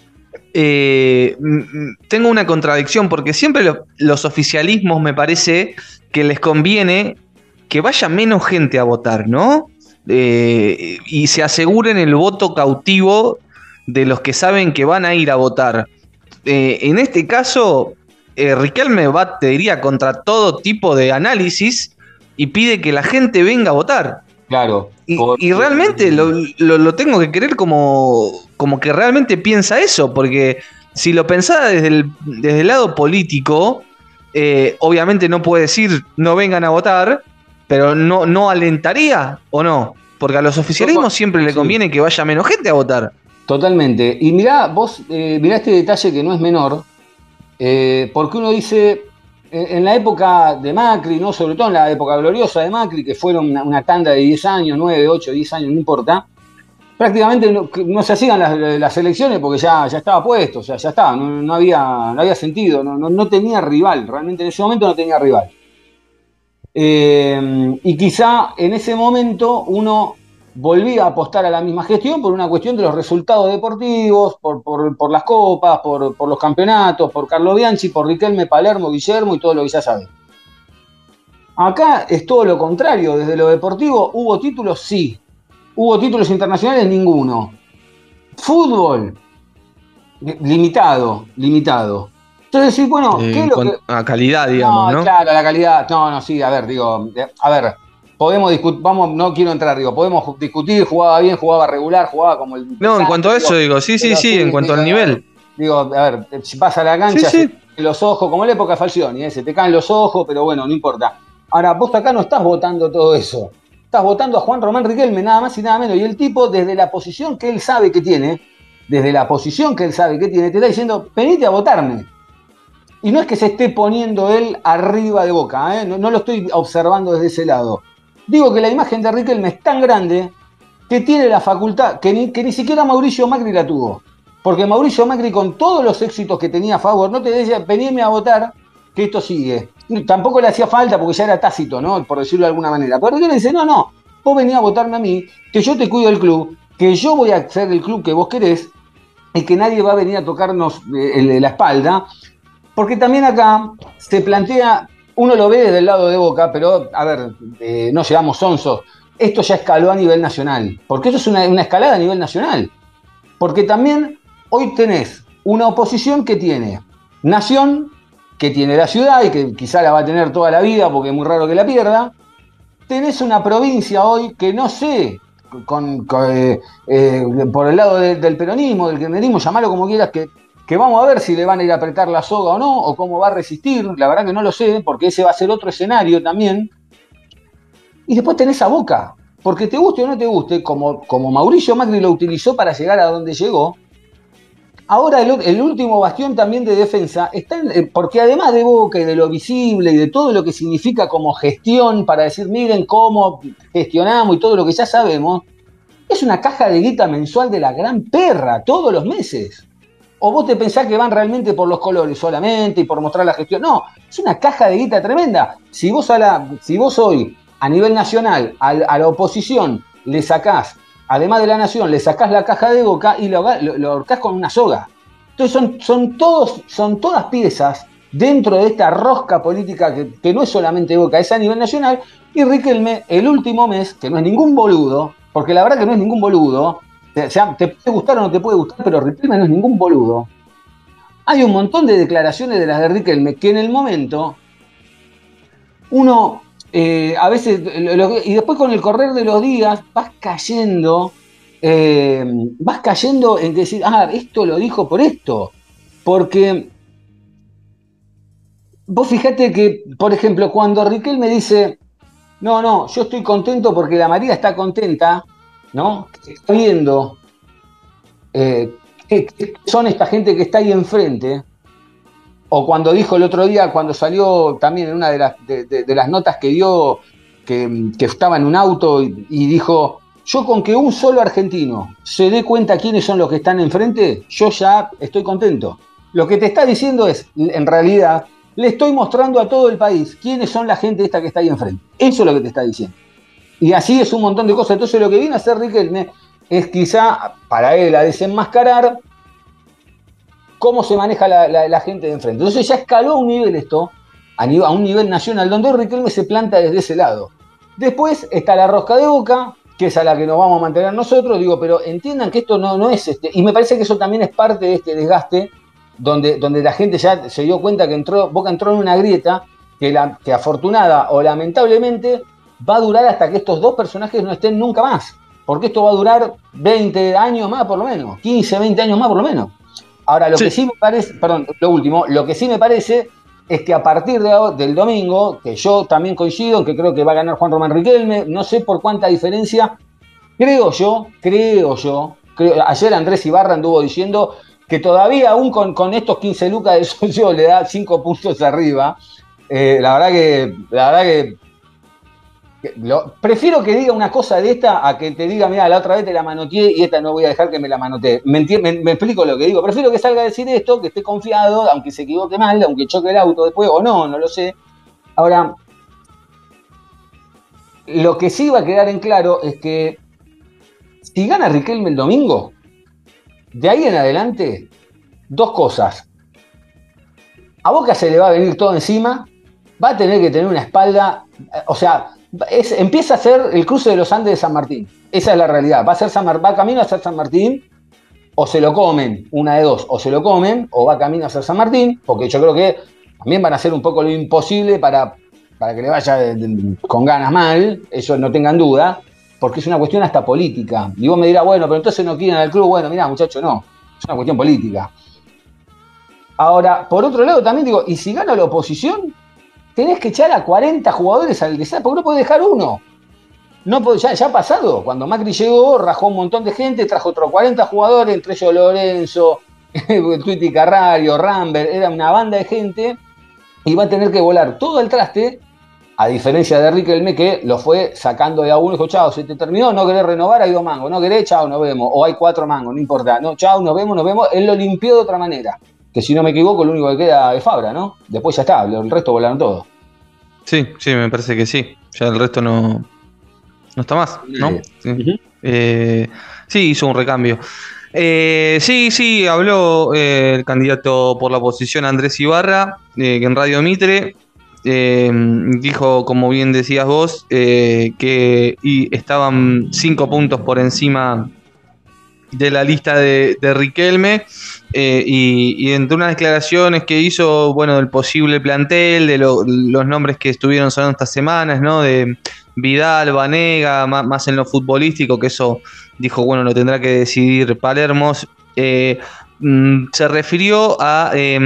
eh, tengo una contradicción, porque siempre lo, los oficialismos me parece que les conviene que vaya menos gente a votar, ¿no? Eh, y se aseguren el voto cautivo de los que saben que van a ir a votar. Eh, en este caso, eh, Riquelme va, te diría, contra todo tipo de análisis y pide que la gente venga a votar. Claro. Y, Por, y realmente lo, lo, lo tengo que creer como, como que realmente piensa eso, porque si lo pensara desde el, desde el lado político, eh, obviamente no puede decir no vengan a votar, pero no, no alentaría o no, porque a los oficialismos siempre le conviene sí. que vaya menos gente a votar. Totalmente. Y mirá, vos, eh, mirá este detalle que no es menor, eh, porque uno dice, en, en la época de Macri, no, sobre todo en la época gloriosa de Macri, que fueron una, una tanda de diez años, nueve, ocho, diez años, no importa, prácticamente no, no se hacían las, las elecciones porque ya, ya estaba puesto, o sea, ya estaba, no, no, había, no había sentido, no, no, no tenía rival, realmente en ese momento no tenía rival. Eh, y quizá en ese momento uno volvía a apostar a la misma gestión por una cuestión de los resultados deportivos, por, por, por las copas, por, por los campeonatos, por Carlo Bianchi, por Riquelme, Palermo, Guillermo y todo lo que ya saben. Acá es todo lo contrario, desde lo deportivo, ¿hubo títulos? Sí. ¿Hubo títulos internacionales? Ninguno. Fútbol, limitado, limitado. Entonces, sí, bueno, eh, ¿qué es lo que...? A calidad, digamos, ¿no? No, claro, la calidad. No, no, sí, a ver, digo, a ver, podemos discutir, vamos, no quiero entrar, digo, podemos discutir, jugaba bien, jugaba regular, jugaba como el... No, en cuanto a eso, digo, sí, sí, sí, en cuanto al nivel. Digo, a ver, si pasa a la cancha, sí, sí. se te caen los ojos, como en la época de Falcioni, ¿eh? Se te caen los ojos, pero bueno, no importa. Ahora, vos acá no estás votando todo eso. Estás votando a Juan Román Riquelme, nada más y nada menos. Y el tipo, desde la posición que él sabe que tiene, desde la posición que él sabe que tiene, te está diciendo, venite a votarme. Y no es que se esté poniendo él arriba de Boca, ¿eh? no, no lo estoy observando desde ese lado. Digo que la imagen de Riquelme es tan grande que tiene la facultad, que ni, que ni siquiera Mauricio Macri la tuvo. Porque Mauricio Macri, con todos los éxitos que tenía a favor, no te decía, venime a votar, que esto sigue. Tampoco le hacía falta porque ya era tácito, ¿no? Por decirlo de alguna manera. Pero Riquelme dice, no, no, vos venís a votarme a mí, que yo te cuido el club, que yo voy a hacer el club que vos querés, y que nadie va a venir a tocarnos eh, la espalda. Porque también acá se plantea, uno lo ve desde el lado de Boca, pero, a ver, eh, no seamos sonsos, esto ya escaló a nivel nacional, porque eso es una, una escalada a nivel nacional. Porque también hoy tenés una oposición que tiene Nación, que tiene la ciudad y que quizá la va a tener toda la vida porque es muy raro que la pierda. Tenés una provincia hoy que no sé, con, con, eh, eh, por el lado de, del peronismo, del kirchnerismo, llamalo como quieras, que... que vamos a ver si le van a ir a apretar la soga o no, o cómo va a resistir, la verdad que no lo sé, porque ese va a ser otro escenario también. Y después tenés a Boca, porque te guste o no te guste, como, como Mauricio Macri lo utilizó para llegar a donde llegó, ahora el, el último bastión también de defensa, está en, porque además de Boca y de lo visible y de todo lo que significa como gestión, para decir, miren cómo gestionamos y todo lo que ya sabemos, es una caja de guita mensual de la gran perra, todos los meses. ¿O vos te pensás que van realmente por los colores solamente y por mostrar la gestión? No, es una caja de guita tremenda. Si vos, a la, si vos hoy, a nivel nacional, a, a la oposición, le sacás, además de la nación, le sacás la caja de Boca y lo, lo, lo ahorcás con una soga. Entonces son, son, todos, son todas piezas dentro de esta rosca política que, que no es solamente Boca, es a nivel nacional. Y Riquelme, el último mes, que no es ningún boludo, porque la verdad que no es ningún boludo, o sea, te puede gustar o no te puede gustar, pero Riquelme no es ningún boludo. Hay un montón de declaraciones de las de Riquelme que en el momento uno eh, a veces, lo, y después con el correr de los días vas cayendo, eh, vas cayendo en decir, ah, esto lo dijo por esto. Porque vos fijate que, por ejemplo, cuando Riquelme dice, no, no, yo estoy contento porque la María está contenta, ¿no? Está viendo eh, qué, qué son esta gente que está ahí enfrente. O cuando dijo el otro día, cuando salió también en una de las, de, de, de las notas que dio, que, que estaba en un auto y, y dijo, yo con que un solo argentino se dé cuenta quiénes son los que están enfrente, yo ya estoy contento. Lo que te está diciendo es, en realidad, le estoy mostrando a todo el país quiénes son la gente esta que está ahí enfrente. Eso es lo que te está diciendo. Y así es un montón de cosas. Entonces lo que viene a hacer Riquelme es quizá para él a desenmascarar cómo se maneja la, la, la gente de enfrente. Entonces ya escaló a un nivel esto, a, nivel, a un nivel nacional, donde Riquelme se planta desde ese lado. Después está la rosca de Boca, que es a la que nos vamos a mantener nosotros, digo, pero entiendan que esto no, no es este, y me parece que eso también es parte de este desgaste donde, donde la gente ya se dio cuenta que entró, Boca entró en una grieta que, la, que afortunada o lamentablemente va a durar hasta que estos dos personajes no estén nunca más. Porque esto va a durar veinte años más por lo menos, quince, veinte años más por lo menos. Ahora, lo sí. que sí me parece, perdón, lo último, lo que sí me parece es que a partir de, del domingo, que yo también coincido en que creo que va a ganar Juan Román Riquelme, no sé por cuánta diferencia, creo yo, creo yo, creo, ayer Andrés Ibarra anduvo diciendo que todavía aún con, con estos quince lucas de socio le da cinco puntos arriba. Eh, la verdad que, la verdad que, que lo, prefiero que diga una cosa de esta a que te diga, mira, la otra vez te la manoteé y esta no voy a dejar que me la manoteé. Me, me, me explico lo que digo. Prefiero que salga a decir esto, que esté confiado, aunque se equivoque mal, aunque choque el auto después o no, no lo sé. Ahora, lo que sí va a quedar en claro es que si gana Riquelme el domingo, de ahí en adelante, dos cosas. A Boca se le va a venir todo encima, va a tener que tener una espalda, o sea, es, empieza a ser el cruce de los Andes de San Martín. Esa es la realidad. Va a ser San Mar, va camino a ser San Martín, o se lo comen, una de dos, o se lo comen, o va camino a ser San Martín, porque yo creo que también van a hacer un poco lo imposible para, para que le vaya de, de, con ganas mal, eso no tengan duda, porque es una cuestión hasta política. Y vos me dirás, bueno, pero entonces no quieren al club. Bueno, mirá, muchacho, no, es una cuestión política. Ahora, por otro lado, también digo, y si gana la oposición, tenés que echar a cuarenta jugadores al desastre, porque no podés dejar uno. No podés, ya, ya ha pasado, cuando Macri llegó, rajó un montón de gente, trajo otros cuarenta jugadores, entre ellos Lorenzo, Tuiti Carrario, Rambert, era una banda de gente, y va a tener que volar todo el traste, a diferencia de Riquelme, que lo fue sacando de a uno y dijo, chao, se te terminó, no querés renovar, hay dos mangos, no querés, chao, nos vemos, o hay cuatro mangos, no importa, no, chao, nos vemos, nos vemos, él lo limpió de otra manera. Que si no me equivoco, lo único que queda es Fabra, ¿no? Después ya está, el resto volaron todos. Sí, sí, me parece que sí. Ya el resto no, no está más, ¿no? Sí, uh-huh. eh, sí hizo un recambio. Eh, sí, sí, habló eh, el candidato por la oposición Andrés Ibarra, eh, que en Radio Mitre eh, dijo, como bien decías vos, eh, que y estaban cinco puntos por encima de la lista de, de Riquelme. Eh, y, y entre unas declaraciones que hizo, bueno, del posible plantel, de lo, los nombres que estuvieron sonando estas semanas, ¿no? De Vidal, Vanega, más, más en lo futbolístico, que eso dijo, bueno, lo tendrá que decidir Palermo. Eh, mm, se refirió a eh,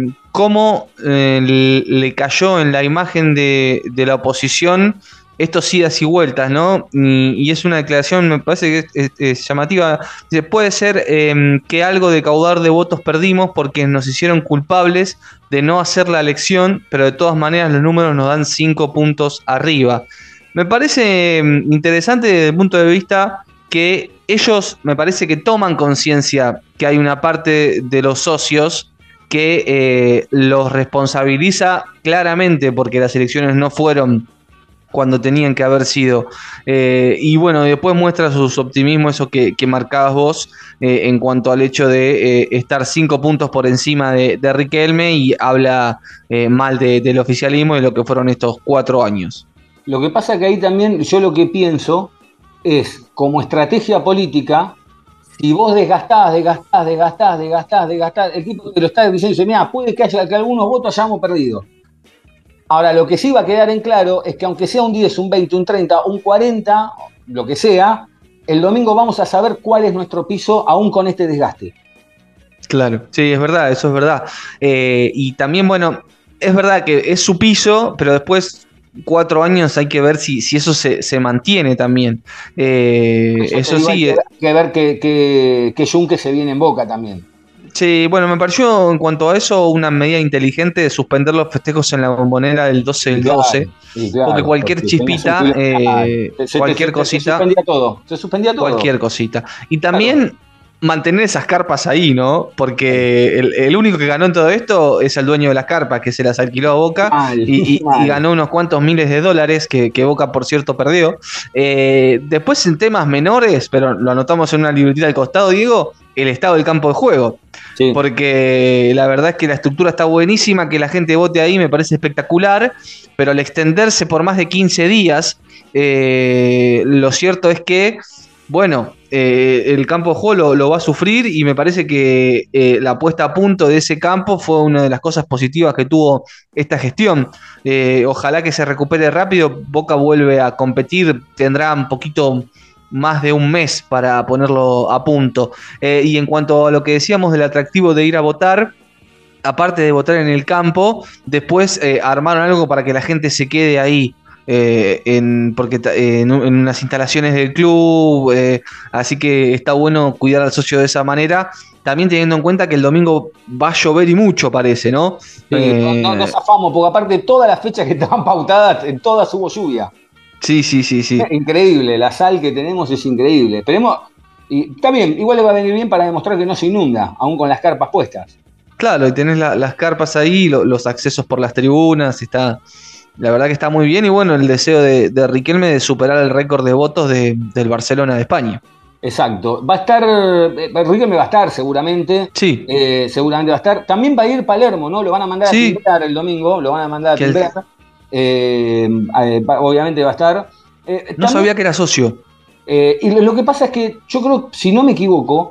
cómo eh, le, le cayó en la imagen de, de la oposición estos idas y vueltas, ¿no? Y, y es una declaración, me parece que es, es, es llamativa. Dice, puede ser eh, que algo de caudal de votos perdimos porque nos hicieron culpables de no hacer la elección, pero de todas maneras los números nos dan cinco puntos arriba. Me parece interesante desde el punto de vista que ellos, me parece que toman conciencia que hay una parte de los socios que eh, los responsabiliza claramente porque las elecciones no fueron cuando tenían que haber sido. Eh, y bueno, después muestra su optimismo, eso que, que marcabas vos, eh, en cuanto al hecho de eh, estar cinco puntos por encima de, de Riquelme, y habla eh, mal de, del oficialismo y de lo que fueron estos cuatro años. Lo que pasa que ahí también yo lo que pienso es, como estrategia política, si vos desgastás, desgastás, desgastás, desgastás, desgastás, el tipo que lo está diciendo dice, mira, puede que haya que algunos votos hayamos perdido. Ahora, lo que sí va a quedar en claro es que aunque sea un diez, un veinte, un treinta, un cuarenta, lo que sea, el domingo vamos a saber cuál es nuestro piso aún con este desgaste. Claro, sí, es verdad, eso es verdad. Eh, y también, bueno, es verdad que es su piso, pero después cuatro años hay que ver si, si eso se, se mantiene también. Eh, eso, eso sí. Hay que ver que, que, que Junque se viene en Boca también. Sí, bueno, me pareció en cuanto a eso una medida inteligente de suspender los festejos en la Bombonera del doce del doce, claro, sí, claro, porque cualquier porque chispita, eh, se, cualquier se, cosita, se suspendía todo, se suspendía todo. Cualquier cosita. Y también claro, mantener esas carpas ahí, ¿no? Porque el, el único que ganó en todo esto es el dueño de las carpas, que se las alquiló a Boca mal, y, y, y ganó unos cuantos miles de dólares, que, que Boca, por cierto, perdió. Eh, después, en temas menores, pero lo anotamos en una libretita al costado, Diego, el estado del campo de juego. Sí. Porque la verdad es que la estructura está buenísima, que la gente vote ahí me parece espectacular, pero al extenderse por más de quince días, eh, lo cierto es que bueno, eh, el campo de juego lo, lo va a sufrir y me parece que eh, la puesta a punto de ese campo fue una de las cosas positivas que tuvo esta gestión. Eh, ojalá que se recupere rápido, Boca vuelve a competir, tendrá un poquito más de un mes para ponerlo a punto. Eh, y en cuanto a lo que decíamos del atractivo de ir a votar, aparte de votar en el campo, después eh, armaron algo para que la gente se quede ahí. Eh, en, porque eh, en, en unas instalaciones del club, eh, así que está bueno cuidar al socio de esa manera, también teniendo en cuenta que el domingo va a llover y mucho, parece, ¿no? Sí, Eh, no, no, no zafamos, porque aparte todas las fechas que estaban pautadas, en todas hubo lluvia. sí, sí, sí, sí. Increíble, la sal que tenemos es increíble. Esperemos, y está bien, igual le va a venir bien para demostrar que no se inunda, aún con las carpas puestas. Claro, y tenés la, las carpas ahí, lo, los accesos por las tribunas, está, la verdad que está muy bien y bueno, el deseo de, de Riquelme de superar el récord de votos de, del Barcelona de España. Exacto. Va a estar, eh, Riquelme va a estar seguramente. Sí, eh, seguramente va a estar. También va a ir Palermo, ¿no? Lo van a mandar sí, a timbrar el domingo, lo van a mandar a que el- timbrar. Eh, eh, va- obviamente va a estar. Eh, no también, sabía que era socio. eh, y lo, lo que pasa es que yo creo, si no me equivoco,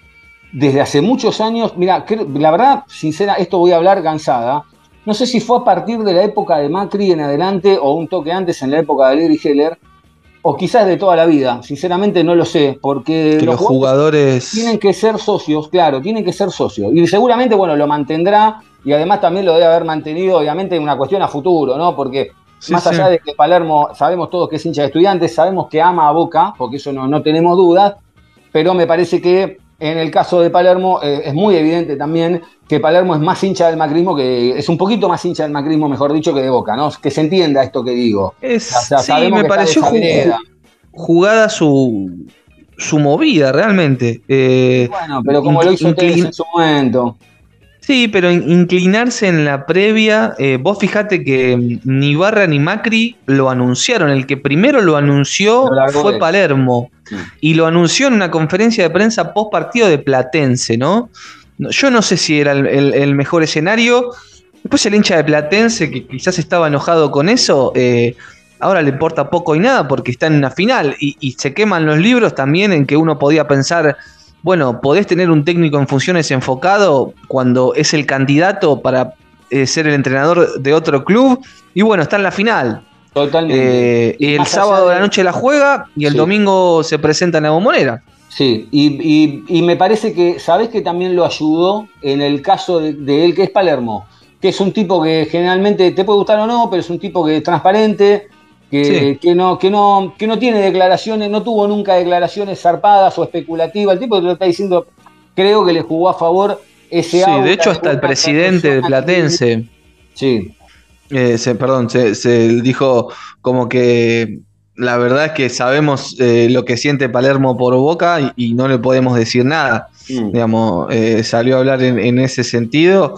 desde hace muchos años, mira, la verdad, sincera, esto voy a hablar cansada. No sé si fue a partir de la época de Macri en adelante o un toque antes en la época de Alegre y Heller, o quizás de toda la vida. Sinceramente no lo sé, porque Que los los jugadores tienen jugadores. que ser socios, claro, tienen que ser socios. Y seguramente, bueno, lo mantendrá y además también lo debe haber mantenido, obviamente, en una cuestión a futuro, ¿no? Porque Sí, más sí. allá de que Palermo, sabemos todos que es hincha de Estudiantes, sabemos que ama a Boca, porque eso no, no tenemos dudas, pero me parece que en el caso de Palermo eh, es muy evidente también que Palermo es más hincha del macrismo, que es un poquito más hincha del macrismo, mejor dicho, que de Boca, ¿no? Que se entienda esto que digo. O Es, sea, sí, sabemos me que está de pareció esa ju- vereda. ju- jugada su, su movida, realmente. Eh, Bueno, pero como lo incl- hizo Tevez en inclin- su momento. Sí, pero in- inclinarse en la previa, eh, vos fijate que mm, ni Barra ni Macri lo anunciaron, el que primero lo Lo anunció largó fue él. Palermo Mm. y lo anunció en una conferencia de prensa post partido de Platense, ¿no? No- Yo no sé si era el, el- el mejor escenario. Después el hincha de Platense, que quizás estaba enojado con eso, eh, ahora le importa poco y nada porque está en una final y, y se queman los libros también en que uno podía pensar, bueno, podés tener un técnico en funciones enfocado cuando es el candidato para eh, ser el entrenador de otro club y bueno, está en la final. Totalmente. Eh, Y el más allá sábado de de... la noche la juega y el Sí, domingo se presenta en la Bombonera. sí. Y, y- y me parece que, ¿sabés que también lo ayudó en el caso de, de él, que es Palermo? Que es un tipo que generalmente te puede gustar o no, pero es un tipo que es transparente, que, Sí, que no, que, no, que no tiene declaraciones, no tuvo nunca declaraciones zarpadas o especulativas. El tipo que te lo está diciendo, creo que le jugó a favor ese sí, de aura hecho de hasta el buena presidente de persona que es. Platense Sí, Eh, se, perdón, se, se dijo como que la verdad es que sabemos eh, lo que siente Palermo por Boca y, y no le podemos decir nada. mm, Digamos, eh, salió a hablar en, en ese sentido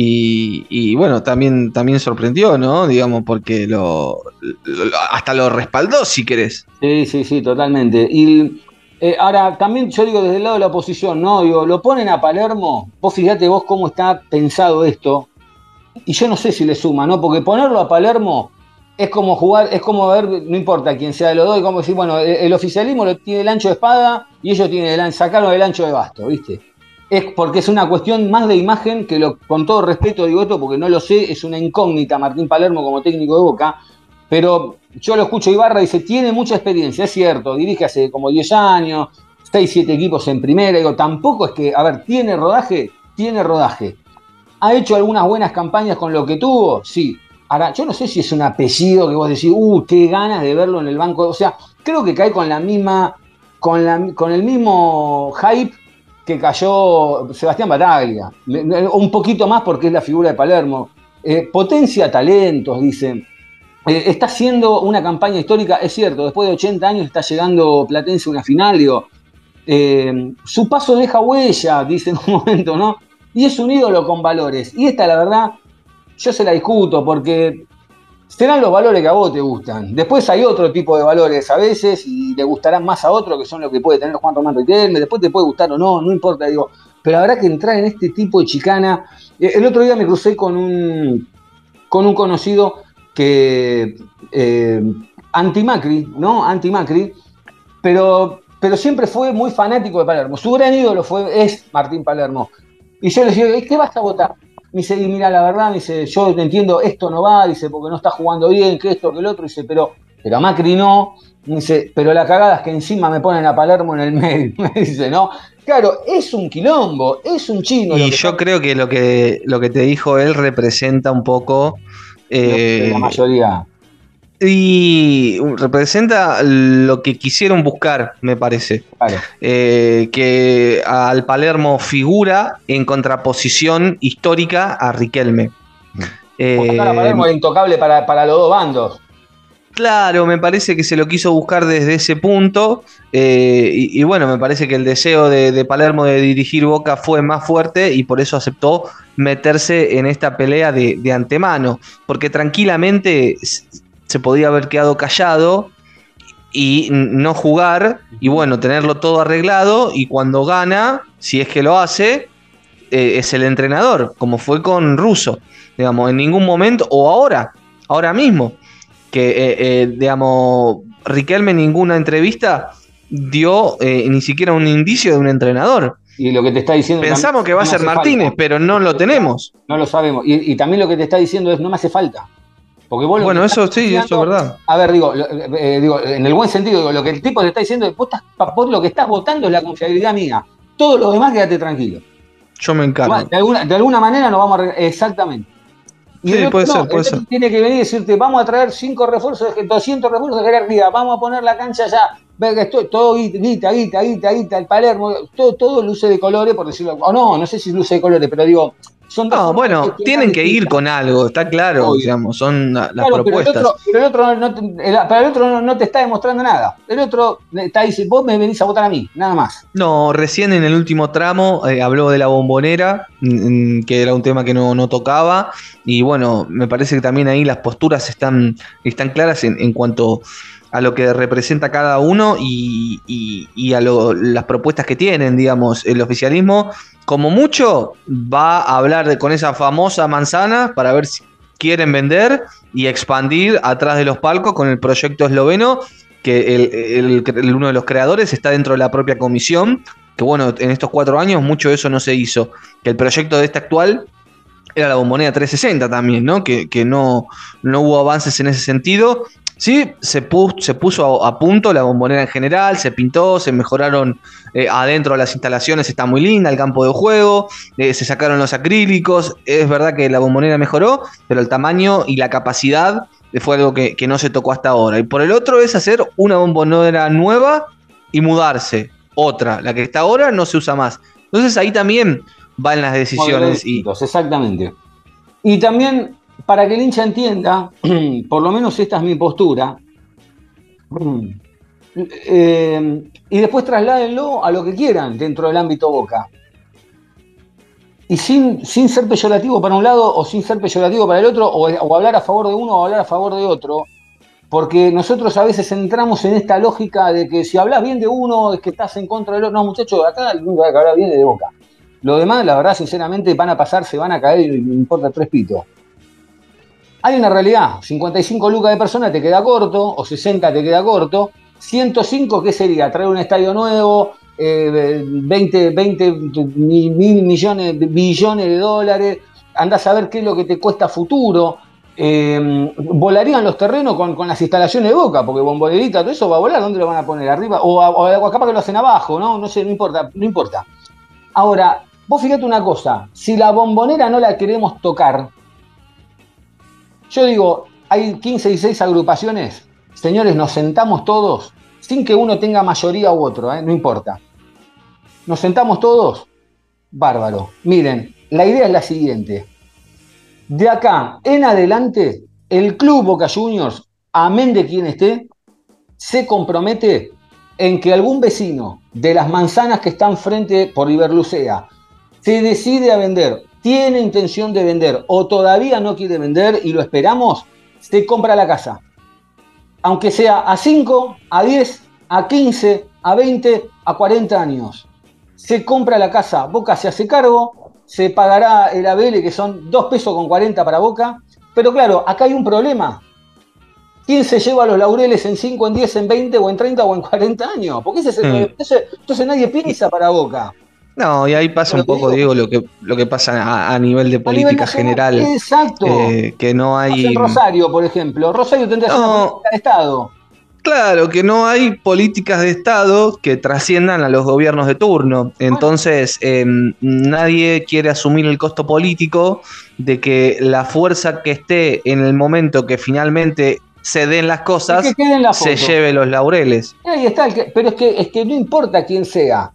y, y, bueno, también, también sorprendió, ¿no? Digamos, porque lo, lo- hasta lo respaldó, si querés. sí, sí, sí, totalmente. Y eh, ahora, también yo digo desde el lado de la oposición, ¿no? Digo, lo ponen a Palermo, vos fíjate vos cómo está pensado esto, y yo no sé si le suma, ¿no? Porque ponerlo a Palermo es como jugar, es como ver, no importa quién sea de los dos, es como decir, bueno, el, el oficialismo lo tiene el ancho de espada y ellos tienen el, an- sacaron el ancho de basto, ¿viste? Es porque es una cuestión más de imagen que lo, con todo respeto digo esto porque no lo sé, es una incógnita Martín Palermo como técnico de Boca, pero yo lo escucho Ibarra, dice, tiene mucha experiencia, es cierto, dirige hace como diez años, seis, siete equipos en primera, digo, tampoco es que, a ver, ¿tiene rodaje? Tiene rodaje. ¿Ha hecho algunas buenas campañas con lo que tuvo? Sí. Ahora, yo no sé si es un apellido que vos decís, uh, qué ganas de verlo en el banco. O sea, creo que cae con la misma, con, la, con el mismo hype que cayó Sebastián Bataglia. Un poquito más porque es la figura de Palermo. Eh, potencia talentos, dicen. Eh, está haciendo una campaña histórica, es cierto, después de ochenta años está llegando Platense a una final, digo, eh, su paso deja huella, dice en un momento, ¿no? Y es un ídolo con valores. Y esta, la verdad, yo se la discuto porque serán los valores que a vos te gustan. Después hay otro tipo de valores a veces y le gustarán más a otro, que son los que puede tener Juan Román Riquelme. Después te puede gustar o no, no importa, digo. Pero habrá que entrar en este tipo de chicana. El otro día me crucé con un, con un conocido que eh, anti-Macri, ¿no? Anti-Macri, pero pero siempre fue muy fanático de Palermo. Su gran ídolo fue, es Martín Palermo. Y yo le decía, ¿qué vas a votar? Me dice, y mira, la verdad, me dice, yo entiendo, esto no va, dice, porque no está jugando bien, que esto, que el otro, dice, pero, pero a Macri no, me dice, pero la cagada es que encima me ponen a Palermo en el medio, me dice, ¿no? Claro, es un quilombo, es un chino. Y yo creo que lo que lo que te dijo él representa un poco eh, la mayoría. Y representa lo que quisieron buscar, me parece. Claro. Eh, que al Palermo figura en contraposición histórica a Riquelme. Eh, a Palermo es intocable para, para los dos bandos. Claro, me parece que se lo quiso buscar desde ese punto. Eh, y, y bueno, me parece que el deseo de, de Palermo de dirigir Boca fue más fuerte y por eso aceptó meterse en esta pelea de, de antemano. Porque tranquilamente se podía haber quedado callado y no jugar y bueno, tenerlo todo arreglado y cuando gana, si es que lo hace, eh, es el entrenador, como fue con Russo, digamos, en ningún momento, o ahora, ahora mismo, que eh, eh, digamos, Riquelme en ninguna entrevista dio eh, ni siquiera un indicio de un entrenador. Y lo que te está diciendo pensamos que va a ser Martínez, falta. Pero no lo tenemos. No lo sabemos. Y, y también lo que te está diciendo es no me hace falta. Porque vos lo bueno, eso sí, eso es verdad. A ver, digo, eh, digo, en el buen sentido, digo, lo que el tipo te está diciendo es, vos, estás, vos lo que estás votando es la confiabilidad mía. Todo lo demás, quédate tranquilo. Yo me encargo. De alguna, de alguna manera nos vamos a... Exactamente. Y sí, puede no, ser, puede ser. Tiene que venir y decirte, vamos a traer cinco refuerzos, doscientos refuerzos de jerarquía, vamos a poner la cancha ya, ver que estoy, todo guita, guita, guita, guita, el Palermo, todo, todo luce de colores, por decirlo, o no, no sé si luce de colores, pero digo, son no, bueno, que tienen que ir con algo, está claro, Obvio. digamos, son las claro, propuestas. Pero el otro, pero el otro, no, te, el, para el otro no, no te está demostrando nada. El otro está diciendo, vos me venís a votar a mí, nada más. No, recién en el último tramo eh, habló de la Bombonera, mm, que era un tema que no, no tocaba, y bueno, me parece que también ahí las posturas están, están claras en, en cuanto a lo que representa cada uno y, y, y a lo, las propuestas que tienen, digamos, el oficialismo. Como mucho va a hablar de, con esa famosa manzana para ver si quieren vender y expandir atrás de los palcos con el proyecto esloveno, que el, el, el, uno de los creadores está dentro de la propia comisión, que bueno, en estos cuatro años mucho de eso no se hizo, que el proyecto de este actual era la Bombonera trescientos sesenta también, ¿no? Que, que no, no hubo avances en ese sentido. Sí, se puso, se puso a, a punto la Bombonera en general, se pintó, se mejoraron eh, adentro las instalaciones, está muy linda, el campo de juego, eh, se sacaron los acrílicos, es verdad que la Bombonera mejoró, pero el tamaño y la capacidad fue algo que, que no se tocó hasta ahora. Y por el otro es hacer una Bombonera nueva y mudarse, otra, la que está ahora no se usa más. Entonces ahí también van las decisiones. Y... Exactamente. Y también... Para que el hincha entienda, por lo menos esta es mi postura, eh, y después trasládenlo a lo que quieran dentro del ámbito Boca. Y sin, sin ser peyorativo para un lado o sin ser peyorativo para el otro, o, o hablar a favor de uno o hablar a favor de otro, porque nosotros a veces entramos en esta lógica de que si hablas bien de uno es que estás en contra del otro. No, muchachos, acá el único que habla bien es de Boca. Lo demás, la verdad, sinceramente, van a pasar, se van a caer y no importa tres pitos. Hay una realidad, cincuenta y cinco lucas de persona te queda corto, o sesenta te queda corto, ciento cinco, ¿qué sería? Traer un estadio nuevo, eh, veinte, veinte mil millones, billones de dólares, andás a ver qué es lo que te cuesta futuro, eh, volarían los terrenos con, con las instalaciones de Boca, porque Bombonerita, todo eso va a volar, ¿dónde lo van a poner? Arriba, o, o, o capaz que lo hacen abajo, ¿no? No sé, no importa, no importa. Ahora, vos fíjate una cosa, si la Bombonera no la queremos tocar, yo digo, hay quince y seis agrupaciones, señores, nos sentamos todos, sin que uno tenga mayoría u otro, ¿eh? No importa. Nos sentamos todos, bárbaro. Miren, la idea es la siguiente. De acá en adelante, el Club Boca Juniors, amén de quien esté, se compromete en que algún vecino de las manzanas que están frente por Iberlucea se decide a vender, tiene intención de vender o todavía no quiere vender y lo esperamos, se compra la casa. Aunque sea a cinco, a diez, a quince, a veinte, a cuarenta años. Se compra la casa, Boca se hace cargo, se pagará el A B L que son dos pesos con cuarenta para Boca. Pero claro, acá hay un problema. ¿quién se lleva los laureles en cinco, en diez, en veinte, o en treinta, o en cuarenta años? Porque ese es el, mm. entonces, entonces nadie piensa para Boca. No, y ahí pasa un poco, Diego, lo que, lo que pasa a, a nivel de política general. Exacto. Eh, que no hay... En Rosario, por ejemplo. Rosario tendría que ser una política de Estado. Claro, que no hay políticas de Estado que trasciendan a los gobiernos de turno. Entonces, eh, nadie quiere asumir el costo político de que la fuerza que esté en el momento que finalmente se den las cosas, la se lleve los laureles. Ahí está, pero es que, es que no importa quién sea.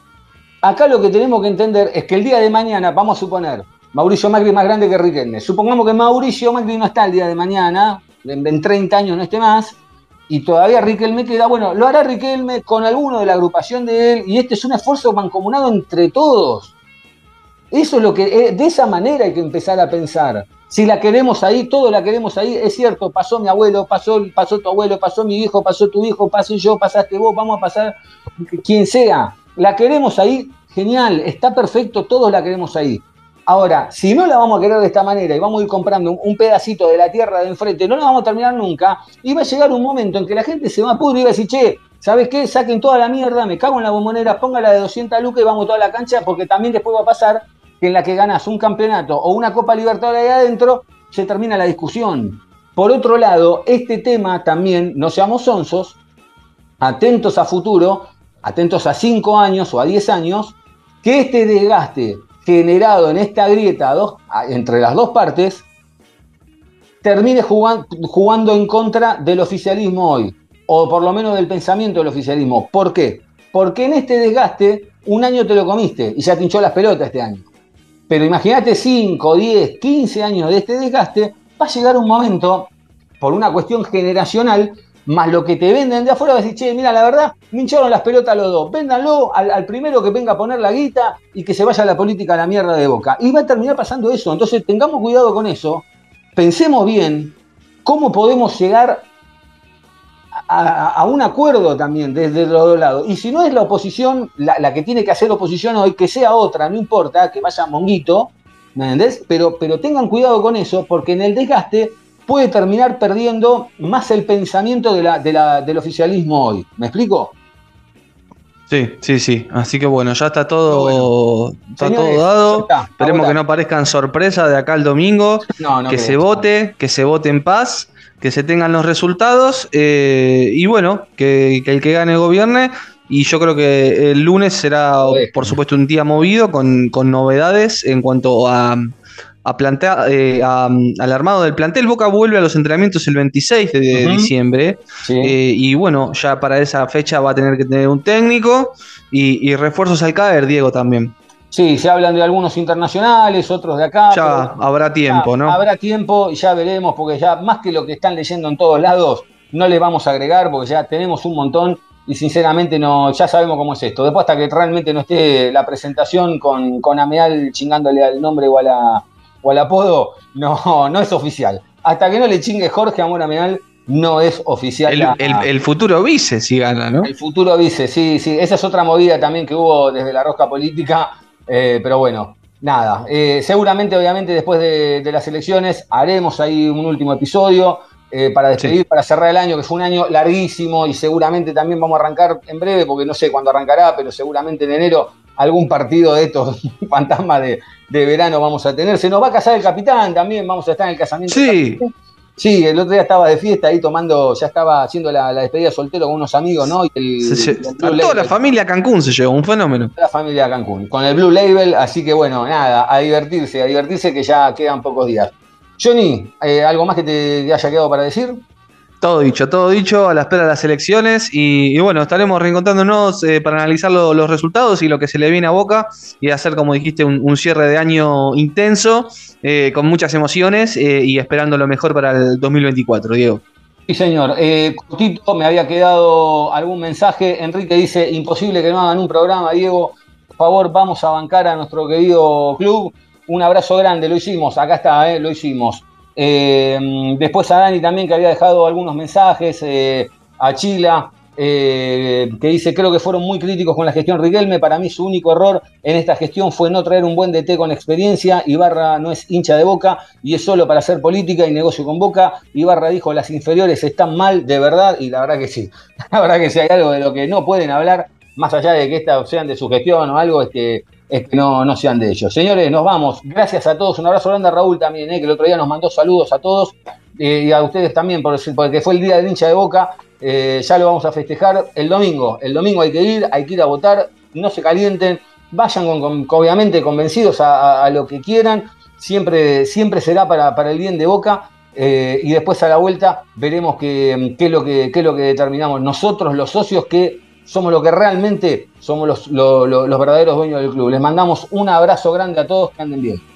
Acá lo que tenemos que entender es que el día de mañana, vamos a suponer, Mauricio Macri es más grande que Riquelme. Supongamos que Mauricio Macri no está el día de mañana, en, en treinta años no esté más, y todavía Riquelme queda, bueno, lo hará Riquelme con alguno de la agrupación de él, y este es un esfuerzo mancomunado entre todos. Eso es lo que, de esa manera hay que empezar a pensar. Si la queremos ahí, todos la queremos ahí, es cierto, pasó mi abuelo, pasó, pasó tu abuelo, pasó mi hijo, pasó tu hijo, pasé yo, pasaste vos, vamos a pasar quien sea. La queremos ahí, genial, está perfecto, todos la queremos ahí. Ahora, si no la vamos a querer de esta manera y vamos a ir comprando un, un pedacito de la tierra de enfrente, no la vamos a terminar nunca, y va a llegar un momento en que la gente se va a pudrir y va a decir, che, ¿sabes qué? Saquen toda la mierda, me cago en la bombonera, póngala de doscientas lucas y vamos toda la cancha, porque también después va a pasar que en la que ganás un campeonato o una Copa Libertadores ahí adentro, se termina la discusión. Por otro lado, este tema también, no seamos sonsos, atentos a futuro, atentos a cinco años o a diez años, que este desgaste generado en esta grieta dos, entre las dos partes termine jugando, jugando en contra del oficialismo hoy, o por lo menos del pensamiento del oficialismo. ¿Por qué? Porque en este desgaste un año te lo comiste y ya te hinchó las pelotas este año. Pero imagínate cinco, diez, quince años de este desgaste, va a llegar un momento, por una cuestión generacional, más lo que te venden de afuera, vas a decir, che, mira, la verdad, me hincharon las pelotas los dos, véndanlo al, al primero que venga a poner la guita y que se vaya la política a la mierda de Boca. Y va a terminar pasando eso, entonces tengamos cuidado con eso, pensemos bien cómo podemos llegar a, a, a un acuerdo también desde los dos lados. Y si no es la oposición, la, la que tiene que hacer oposición hoy, que sea otra, no importa, que vaya Monguito, ¿me entendés? Pero, pero tengan cuidado con eso, porque en el desgaste puede terminar perdiendo más el pensamiento de la, de la, del oficialismo hoy. ¿Me explico? Sí, sí, sí. Así que bueno, ya está todo, bueno. está Señores, todo dado. Está, Esperemos está. que no aparezcan sorpresas de acá al domingo. No, no que se vote, que se vote en paz, que se tengan los resultados. Eh, y bueno, que, que el que gane gobierne. Y yo creo que el lunes será, por supuesto, un día movido con, con novedades en cuanto a... A plantear, eh, a, al armado del plantel. Boca vuelve a los entrenamientos el veintiséis de uh-huh. diciembre. Sí. Eh, y bueno, ya para esa fecha va a tener que tener un técnico y, y refuerzos al caer, Diego, también. Sí, se hablan de algunos internacionales, otros de acá. Ya habrá tiempo, ya, ¿no? Habrá tiempo y ya veremos, porque ya más que lo que están leyendo en todos lados, no le vamos a agregar, porque ya tenemos un montón y sinceramente no, ya sabemos cómo es esto. Después hasta que realmente no esté la presentación con, con Ameal chingándole al nombre o a la... o al apodo, no, no es oficial. Hasta que no le chingue Jorge Amor Ameal, no es oficial. El, la, el, el futuro vice, si gana, ¿no? El futuro vice, sí, sí. Esa es otra movida también que hubo desde la rosca política. Eh, pero bueno, nada. Eh, seguramente, obviamente, después de, de las elecciones, haremos ahí un último episodio eh, para despedir, sí. para cerrar el año, que fue un año larguísimo y seguramente también vamos a arrancar en breve, porque no sé cuándo arrancará, pero seguramente en enero algún partido de estos fantasmas de, de verano vamos a tener. Se nos va a casar el capitán también, vamos a estar en el casamiento. Sí. Sí, el otro día estaba de fiesta ahí tomando, ya estaba haciendo la, la despedida soltero con unos amigos, ¿no? Y el, se, el a toda Label. La familia Cancún se llevó, un fenómeno. La familia Cancún, con el Blue Label, así que bueno, nada, a divertirse, a divertirse que ya quedan pocos días. Johnny, eh, ¿algo más que te haya quedado para decir? Todo dicho, todo dicho, a la espera de las elecciones y, y bueno, estaremos reencontrándonos eh, para analizar lo, los resultados y lo que se le viene a Boca y hacer, como dijiste, un, un cierre de año intenso, eh, con muchas emociones eh, y esperando lo mejor para el dos mil veinticuatro, Diego. Sí, señor. Eh, cortito, me había quedado algún mensaje. Enrique dice, imposible que no hagan un programa, Diego. Por favor, vamos a bancar a nuestro querido club. Un abrazo grande, lo hicimos, acá está, eh, lo hicimos. Eh, después a Dani también, que había dejado algunos mensajes, eh, a Chila, eh, que dice, creo que fueron muy críticos con la gestión Riquelme, para mí su único error en esta gestión fue no traer un buen D T con experiencia, Ibarra no es hincha de Boca y es solo para hacer política y negocio con Boca, Ibarra dijo las inferiores están mal de verdad y la verdad que sí, la verdad que si hay algo de lo que no pueden hablar, más allá de que estas sean de su gestión o algo, es que, es que no, no sean de ellos. Señores, nos vamos, gracias a todos, un abrazo grande a Raúl también, eh, que el otro día nos mandó saludos a todos, eh, y a ustedes también, por, porque fue el día del hincha de Boca. Eh, ya lo vamos a festejar el domingo. El domingo hay que ir, hay que ir a votar, no se calienten, vayan con, con, obviamente convencidos a, a, a lo que quieran, siempre, siempre será para, para el bien de Boca, eh, y después a la vuelta veremos qué, qué, es lo que, qué es lo que determinamos nosotros, los socios, que somos lo que realmente somos los, los, los, los verdaderos dueños del club. Les mandamos un abrazo grande a todos, que anden bien.